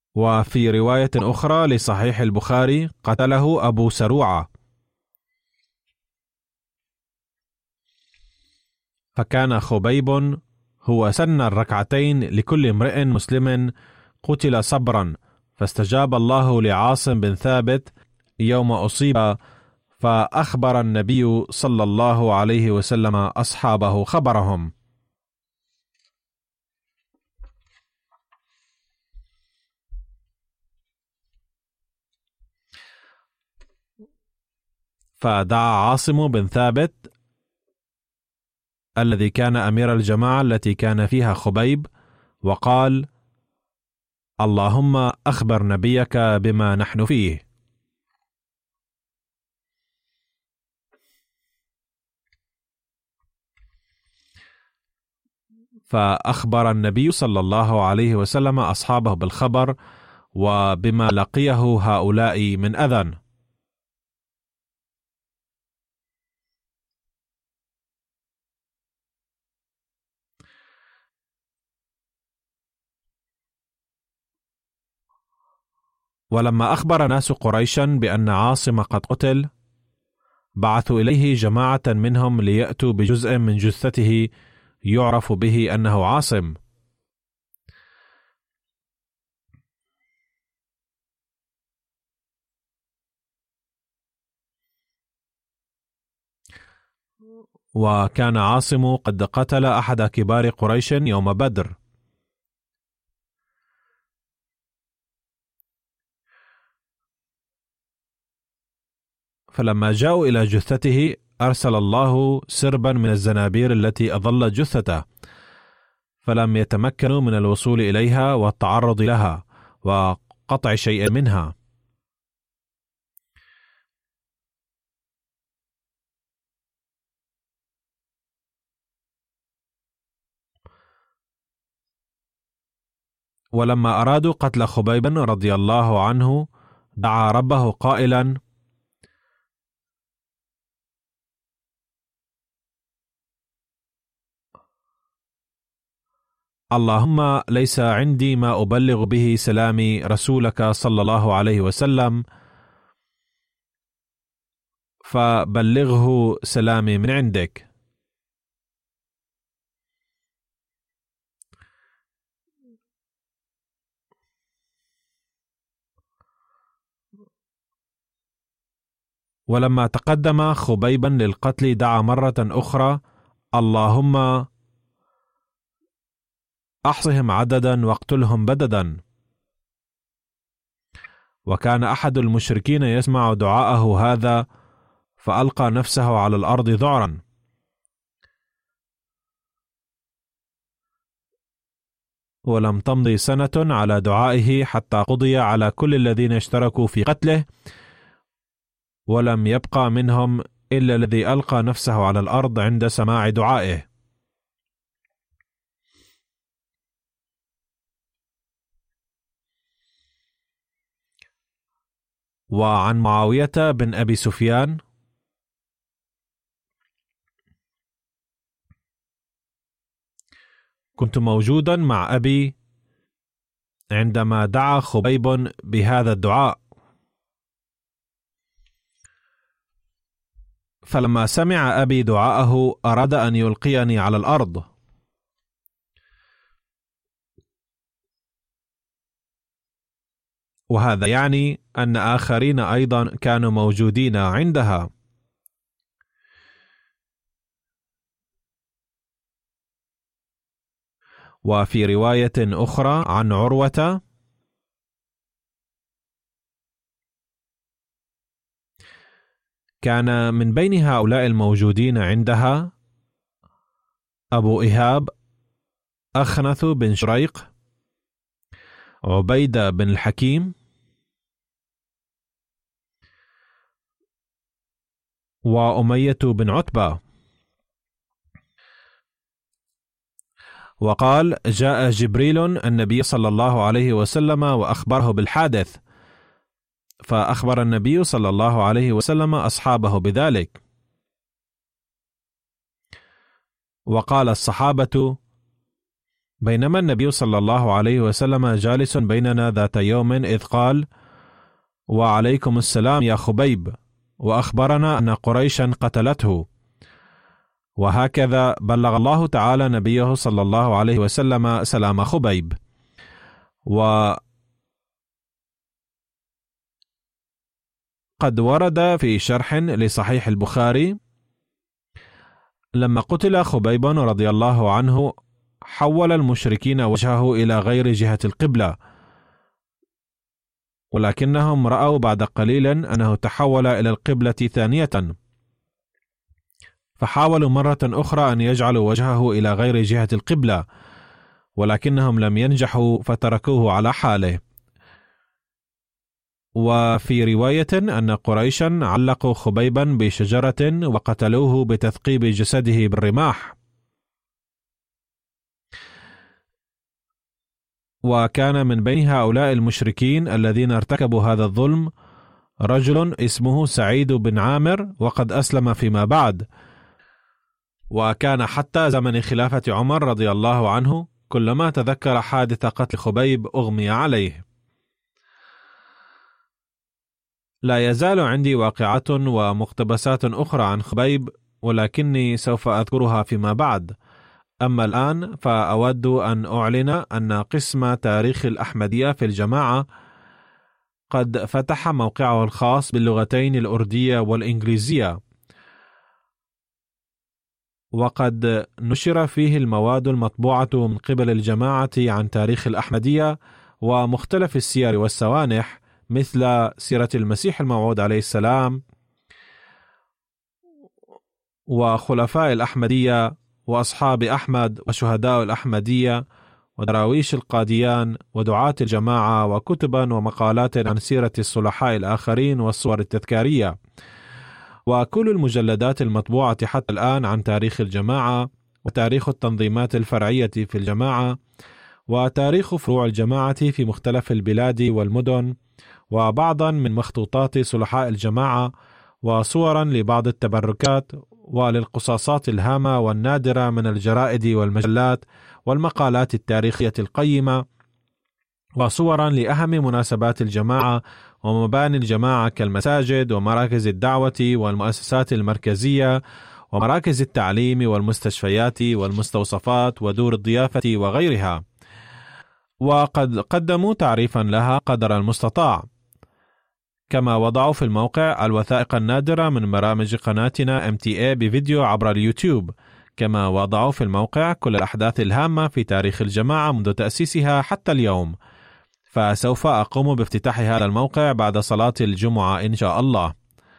Speaker 2: وفي رواية أخرى لصحيح البخاري قتله أبو سروعة، فكان خبيب هو سن الركعتين لكل امرئ مسلم قتل صبرا، فاستجاب الله لعاصم بن ثابت يوم أصيب، فأخبر النبي صلى الله عليه وسلم أصحابه خبرهم. فدعا عاصم بن ثابت الذي كان أمير الجماعة التي كان فيها خبيب، وقال: اللهم أخبر نبيك بما نحن فيه. فأخبر النبي صلى الله عليه وسلم أصحابه بالخبر وبما لقيه هؤلاء من أذى. ولما أخبر ناس قريشا بأن عاصم قد قتل، بعثوا إليه جماعة منهم ليأتوا بجزء من جثته يعرف به أنه عاصم. وكان عاصم قد قتل أحد كبار قريش يوم بدر. فلما جاءوا إلى جثته أرسل الله سربا من الزنابير التي أظلت جثته، فلم يتمكنوا من الوصول إليها والتعرض لها وقطع شيء منها. ولما أرادوا قتل خبيب رضي الله عنه دعا ربه قائلا: اللهم ليس عندي ما أبلغ به سلامي رسولك صلى الله عليه وسلم، فبلغه سلامي من عندك. ولما تقدم خبيبا للقتل دعا مرة أخرى: اللهم أحصهم عددا واقتلهم بددا. وكان أحد المشركين يسمع دعاءه هذا فألقى نفسه على الأرض ذعرا. ولم تمضي سنة على دعائه حتى قضي على كل الذين اشتركوا في قتله، ولم يبقى منهم إلا الذي ألقى نفسه على الأرض عند سماع دعائه. وعن معاوية بن أبي سفيان: كنت موجودا مع أبي عندما دعا خبيب بهذا الدعاء، فلما سمع أبي دعاءه أراد أن يلقيني على الأرض، وهذا يعني أن آخرين أيضا كانوا موجودين عندها. وفي رواية أخرى عن عروة: كان من بين هؤلاء الموجودين عندها أبو إيهاب، أخنث بن شريق، عبيدة بن الحكيم، وأمية بن عتبة. وقال: جاء جبريل النبي صلى الله عليه وسلم وأخبره بالحادث، فأخبر النبي صلى الله عليه وسلم أصحابه بذلك. وقال الصحابة: بينما النبي صلى الله عليه وسلم جالس بيننا ذات يوم إذ قال: وعليكم السلام يا خبيب، وأخبرنا أن قريشا قتلته. وهكذا بلغ الله تعالى نبيه صلى الله عليه وسلم سلام خبيب. وقد ورد في شرح لصحيح البخاري: لما قتل خبيب رضي الله عنه حول المشركين وجهه إلى غير جهة القبلة، ولكنهم رأوا بعد قليل أنه تحول إلى القبلة ثانية، فحاولوا مرة أخرى أن يجعلوا وجهه إلى غير جهة القبلة، ولكنهم لم ينجحوا فتركوه على حاله. وفي رواية أن قريشا علقوا خبيبا بشجرة وقتلوه بتثقيب جسده بالرماح. وكان من بين هؤلاء المشركين الذين ارتكبوا هذا الظلم رجل اسمه سعيد بن عامر، وقد أسلم فيما بعد، وكان حتى زمن خلافة عمر رضي الله عنه كلما تذكر حادث قتل خبيب أغمي عليه. لا يزال عندي واقعات ومقتبسات أخرى عن خبيب، ولكني سوف أذكرها فيما بعد. أما الآن فأود أن أعلن أن قسم تاريخ الأحمدية في الجماعة قد فتح موقعه الخاص باللغتين الأردية والإنجليزية، وقد نشر فيه المواد المطبوعة من قبل الجماعة عن تاريخ الأحمدية ومختلف السير والسوانح، مثل سيرة المسيح الموعود عليه السلام، وخلفاء الأحمدية، وأصحاب أحمد، وشهداء الأحمدية، ودراويش القاديان، ودعاة الجماعة، وكتبا ومقالات عن سيرة الصلحاء الآخرين والصور التذكارية، وكل المجلدات المطبوعة حتى الآن عن تاريخ الجماعة، وتاريخ التنظيمات الفرعية في الجماعة، وتاريخ فروع الجماعة في مختلف البلاد والمدن، وبعضا من مخطوطات صلحاء الجماعة، وصورا لبعض التبركات وللقصاصات الهامة والنادرة من الجرائد والمجلات والمقالات التاريخية القيمة، وصورا لأهم مناسبات الجماعة ومباني الجماعة كالمساجد ومراكز الدعوة والمؤسسات المركزية ومراكز التعليم والمستشفيات والمستوصفات ودور الضيافة وغيرها. وقد قدموا تعريفا لها قدر المستطاع، كما وضعوا في الموقع الوثائق النادرة من برامج قناتنا MTA بفيديو عبر اليوتيوب، كما وضعوا في الموقع كل الأحداث الهامة في تاريخ الجماعة منذ تأسيسها حتى اليوم. فسوف أقوم بافتتاح هذا الموقع بعد صلاة الجمعة إن شاء الله.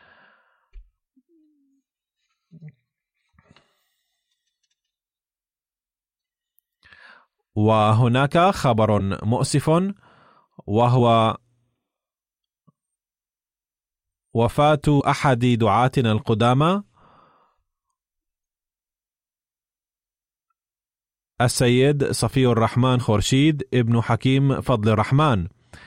Speaker 2: وهناك خبر مؤسف، وهو وفاة أحد دعاتنا القدامى السيد صفي الرحمن خورشيد ابن حكيم فضل الرحمن،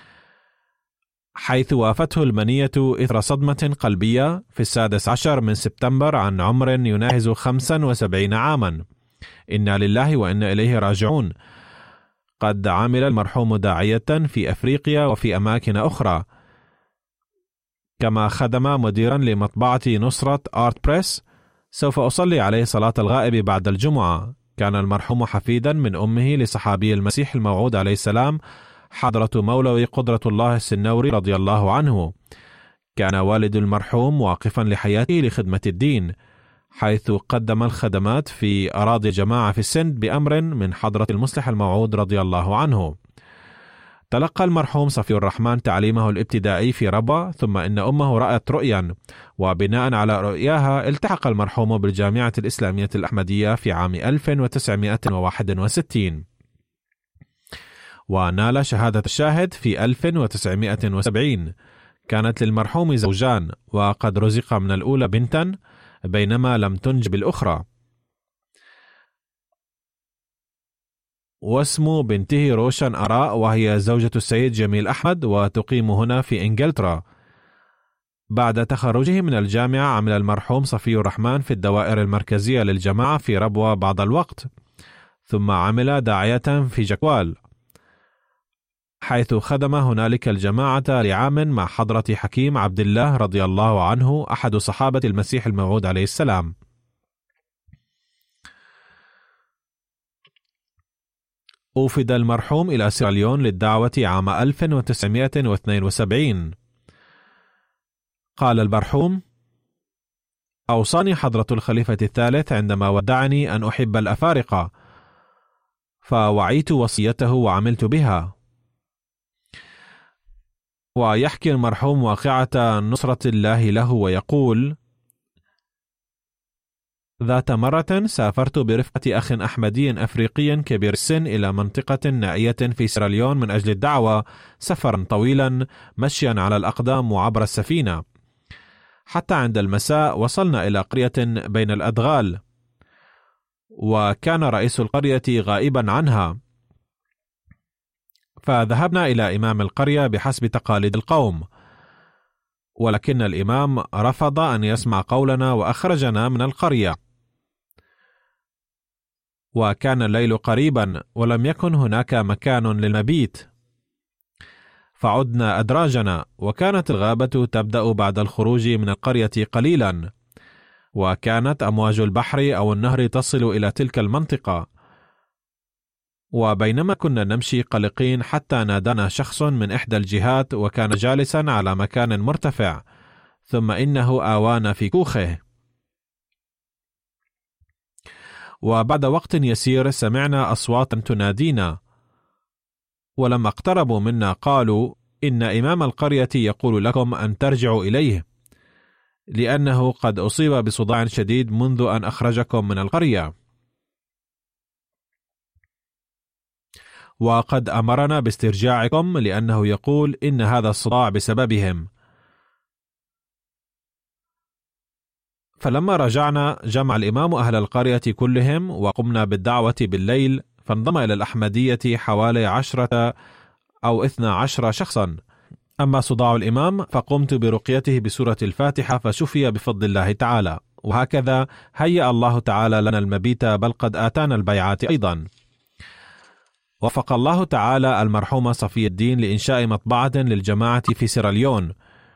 Speaker 2: حيث وافته المنية إثر صدمة قلبية في 16 من سبتمبر عن عمر يناهز 75 عاما. إنا لله وإنا إليه راجعون. قد عمل المرحوم داعية في أفريقيا وفي أماكن أخرى، كما خدم مديرا لمطبعة نصرة آرت بريس. سوف أصلي عليه صلاة الغائب بعد الجمعة. كان المرحوم حفيدا من أمه لصحابي المسيح الموعود عليه السلام حضرة مولوي قدرة الله السنوري رضي الله عنه. كان والد المرحوم واقفا لحياته لخدمة الدين، حيث قدم الخدمات في أراضي جماعة في السند بأمر من حضرة المصلح الموعود رضي الله عنه. تلقى المرحوم صفي الرحمن تعليمه الابتدائي في ربوة، ثم إن أمه رأت رؤيا، وبناء على رؤياها التحق المرحوم بالجامعة الإسلامية الأحمدية في عام 1961، ونال شهادة الشاهد في 1970. كانت للمرحوم زوجان، وقد رزق من الأولى بنتا بينما لم تنجب الأخرى، واسم بنته روشن أراء، وهي زوجة السيد جميل أحمد وتقيم هنا في إنجلترا. بعد تخرجه من الجامعة عمل المرحوم صفي الرحمن في الدوائر المركزية للجماعة في ربوة بعض الوقت، ثم عمل داعية في جكوال، حيث خدم هنالك الجماعة لعام مع حضرة حكيم عبد الله رضي الله عنه أحد صحابة المسيح الموعود عليه السلام. أوفد المرحوم إلى سيراليون للدعوة عام 1972. قال المرحوم: أوصاني حضرة الخليفة الثالث عندما ودعني أن أحب الأفارقة، فوعيت وصيته وعملت بها. ويحكي المرحوم واقعة نصرة الله له ويقول: ذات مرة سافرت برفقة أخ أحمدي أفريقي كبير السن إلى منطقة نائية في سيراليون من أجل الدعوة، سفرا طويلا مشيا على الأقدام وعبر السفينة، حتى عند المساء وصلنا إلى قرية بين الأدغال، وكان رئيس القرية غائبا عنها، فذهبنا إلى إمام القرية بحسب تقاليد القوم، ولكن الإمام رفض أن يسمع قولنا وأخرجنا من القرية. وكان الليل قريبا ولم يكن هناك مكان للمبيت، فعدنا أدراجنا، وكانت الغابة تبدأ بعد الخروج من القرية قليلا، وكانت أمواج البحر أو النهر تصل إلى تلك المنطقة. وبينما كنا نمشي قلقين حتى نادانا شخص من إحدى الجهات، وكان جالسا على مكان مرتفع، ثم إنه آوانا في كوخه. وبعد وقت يسير سمعنا أصواتا تنادينا، ولما اقتربوا منا قالوا: إن إمام القرية يقول لكم أن ترجعوا إليه، لأنه قد أصيب بصداع شديد منذ أن أخرجكم من القرية، وقد أمرنا باسترجاعكم لأنه يقول إن هذا الصداع بسببهم. فلما رجعنا جمع الإمام أهل القرية كلهم وقمنا بالدعوة بالليل، فانضم إلى الأحمدية حوالي 10 أو 12 شخصا. أما صداع الإمام فقمت برقيته بسورة الفاتحة فشفي بفضل الله تعالى، وهكذا هيأ الله تعالى لنا المبيت، بل قد آتانا البيعات أيضا. وفق الله تعالى المرحوم صفي الدين لإنشاء مطبعة للجماعة في سيراليون،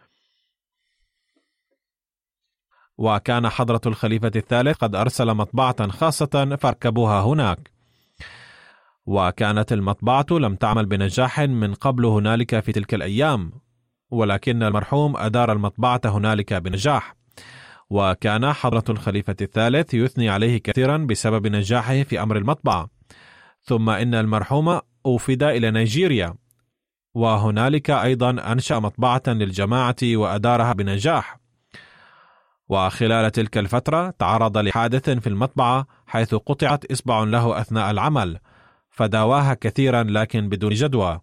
Speaker 2: وكان حضرة الخليفة الثالث قد أرسل مطبعة خاصة فاركبوها هناك، وكانت المطبعة لم تعمل بنجاح من قبل هنالك في تلك الأيام، ولكن المرحوم أدار المطبعة هنالك بنجاح، وكان حضرة الخليفة الثالث يثني عليه كثيرا بسبب نجاحه في أمر المطبعة. ثم إن المرحوم أوفد إلى نيجيريا، وهنالك أيضا أنشأ مطبعة للجماعة وأدارها بنجاح. وخلال تلك الفترة تعرض لحادث في المطبعة حيث قطعت إصبع له أثناء العمل، فداواها كثيرا لكن بدون جدوى.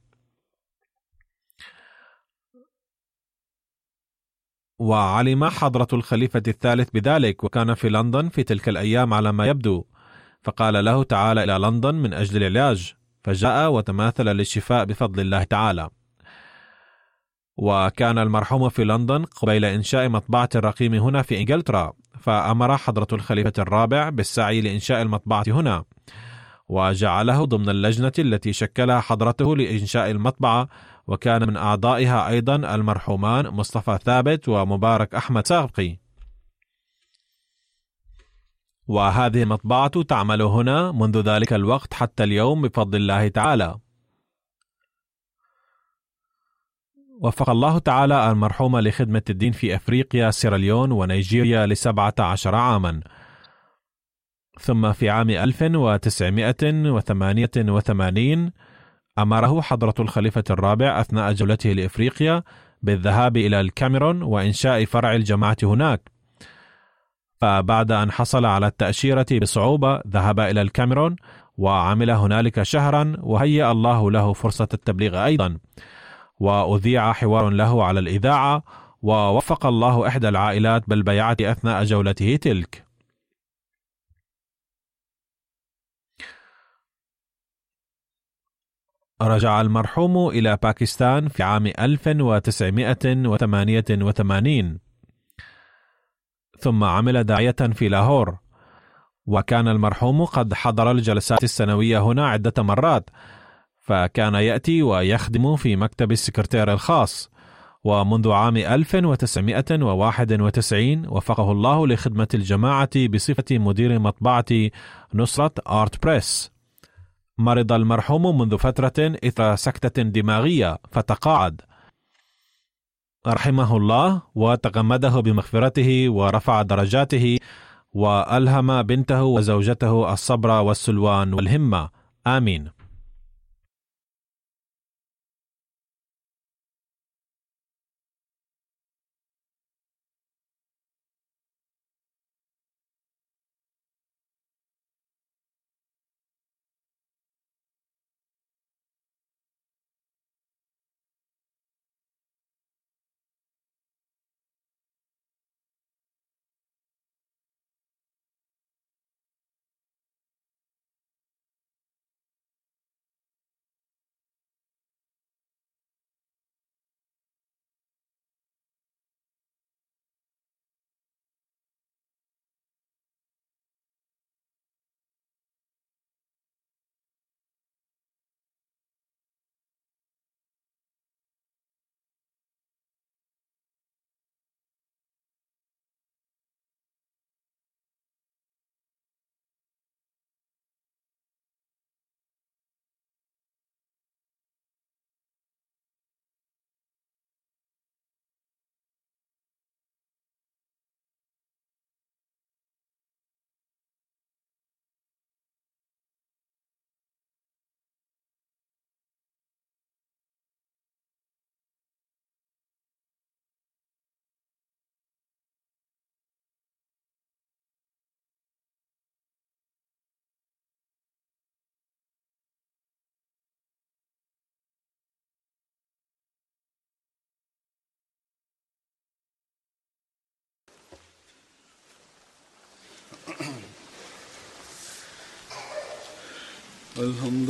Speaker 2: وعلم حضرة الخليفة الثالث بذلك، وكان في لندن في تلك الأيام على ما يبدو، فقال له: تعال إلى لندن من أجل العلاج، فجاء وتماثل للشفاء بفضل الله تعالى. وكان المرحوم في لندن قبيل إنشاء مطبعة الرقيم هنا في إنجلترا، فأمر حضرة الخليفة الرابع بالسعي لإنشاء المطبعة هنا، وجعله ضمن اللجنة التي شكلها حضرته لإنشاء المطبعة، وكان من أعضائها أيضا المرحومان مصطفى ثابت ومبارك أحمد ساقي. وهذه المطبعة تعمل هنا منذ ذلك الوقت حتى اليوم بفضل الله تعالى. وفق الله تعالى المرحوم لخدمة الدين في أفريقيا، سيراليون ونيجيريا ل17 عاما. ثم في عام 1988 أمره حضرة الخليفة الرابع أثناء جولته لإفريقيا بالذهاب إلى الكاميرون وإنشاء فرع الجماعة هناك. فبعد أن حصل على التأشيرة بصعوبة ذهب إلى الكاميرون وعمل هنالك شهرا، وهيأ الله له فرصة التبليغ أيضا، وأذيع حوار له على الإذاعة، ووفق الله إحدى العائلات بالبيعة أثناء جولته تلك. رجع المرحوم إلى باكستان في عام 1988، ثم عمل داعية في لاهور، وكان المرحوم قد حضر الجلسات السنوية هنا عدة مرات، فكان يأتي ويخدم في مكتب السكرتير الخاص. ومنذ عام 1991 وفقه الله لخدمة الجماعة بصفة مدير مطبعة نصرة آرت بريس. مرض المرحوم منذ فترة إثر سكتة دماغية فتقاعد، رحمه الله وتغمده بمغفرته ورفع درجاته، وألهم بنته وزوجته الصبر والسلوان والهمة، آمين.
Speaker 1: الحمد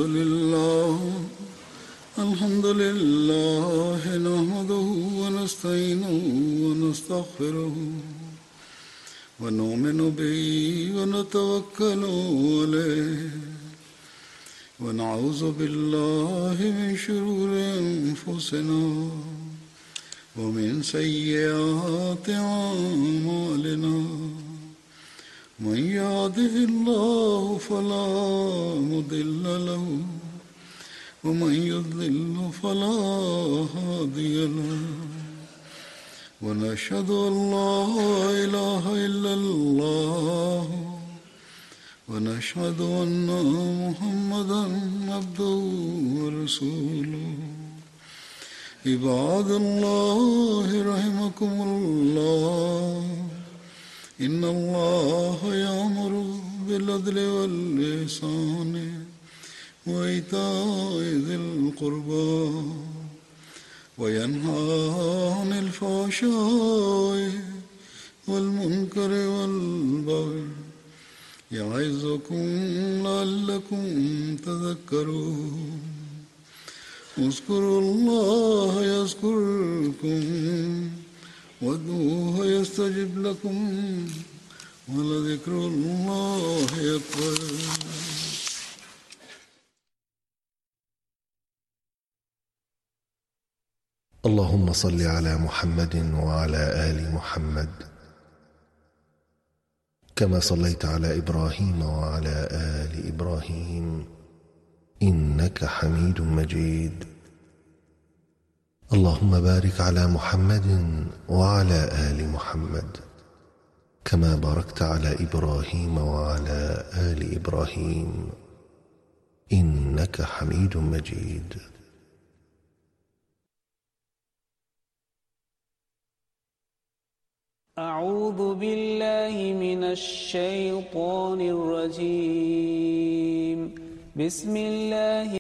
Speaker 1: لله نحمده ونستعينه ونستغفره ونؤمن به ونتوكل عليه ونعوذ بالله من شرور أنفسنا ومن سيئات أعمالنا. من يهده الله فلا مضل له ومن يضلل فلا هادي له ونشهد أن لا إله إلا الله ونشهد أن محمدا عبده ورسوله. عباد الله رحمكم الله، إن الله يأمر بالعدل والإحسان وإيتاء ذي القربى وينهى عن الفحشاء والمنكر والبغي يعظكم لعلكم تذكرون. اذكروا الله يذكركم وادعوه يستجب لكم ولذكر الله أكبر.
Speaker 3: اللهم صل على محمد وعلى آل محمد كما صليت على إبراهيم وعلى آل إبراهيم إنك حميد مجيد. اللهم بارك على محمد وعلى آل محمد كما باركت على إبراهيم وعلى آل إبراهيم إنك حميد مجيد.
Speaker 4: أعوذ بالله من الشيطان الرجيم. بسم الله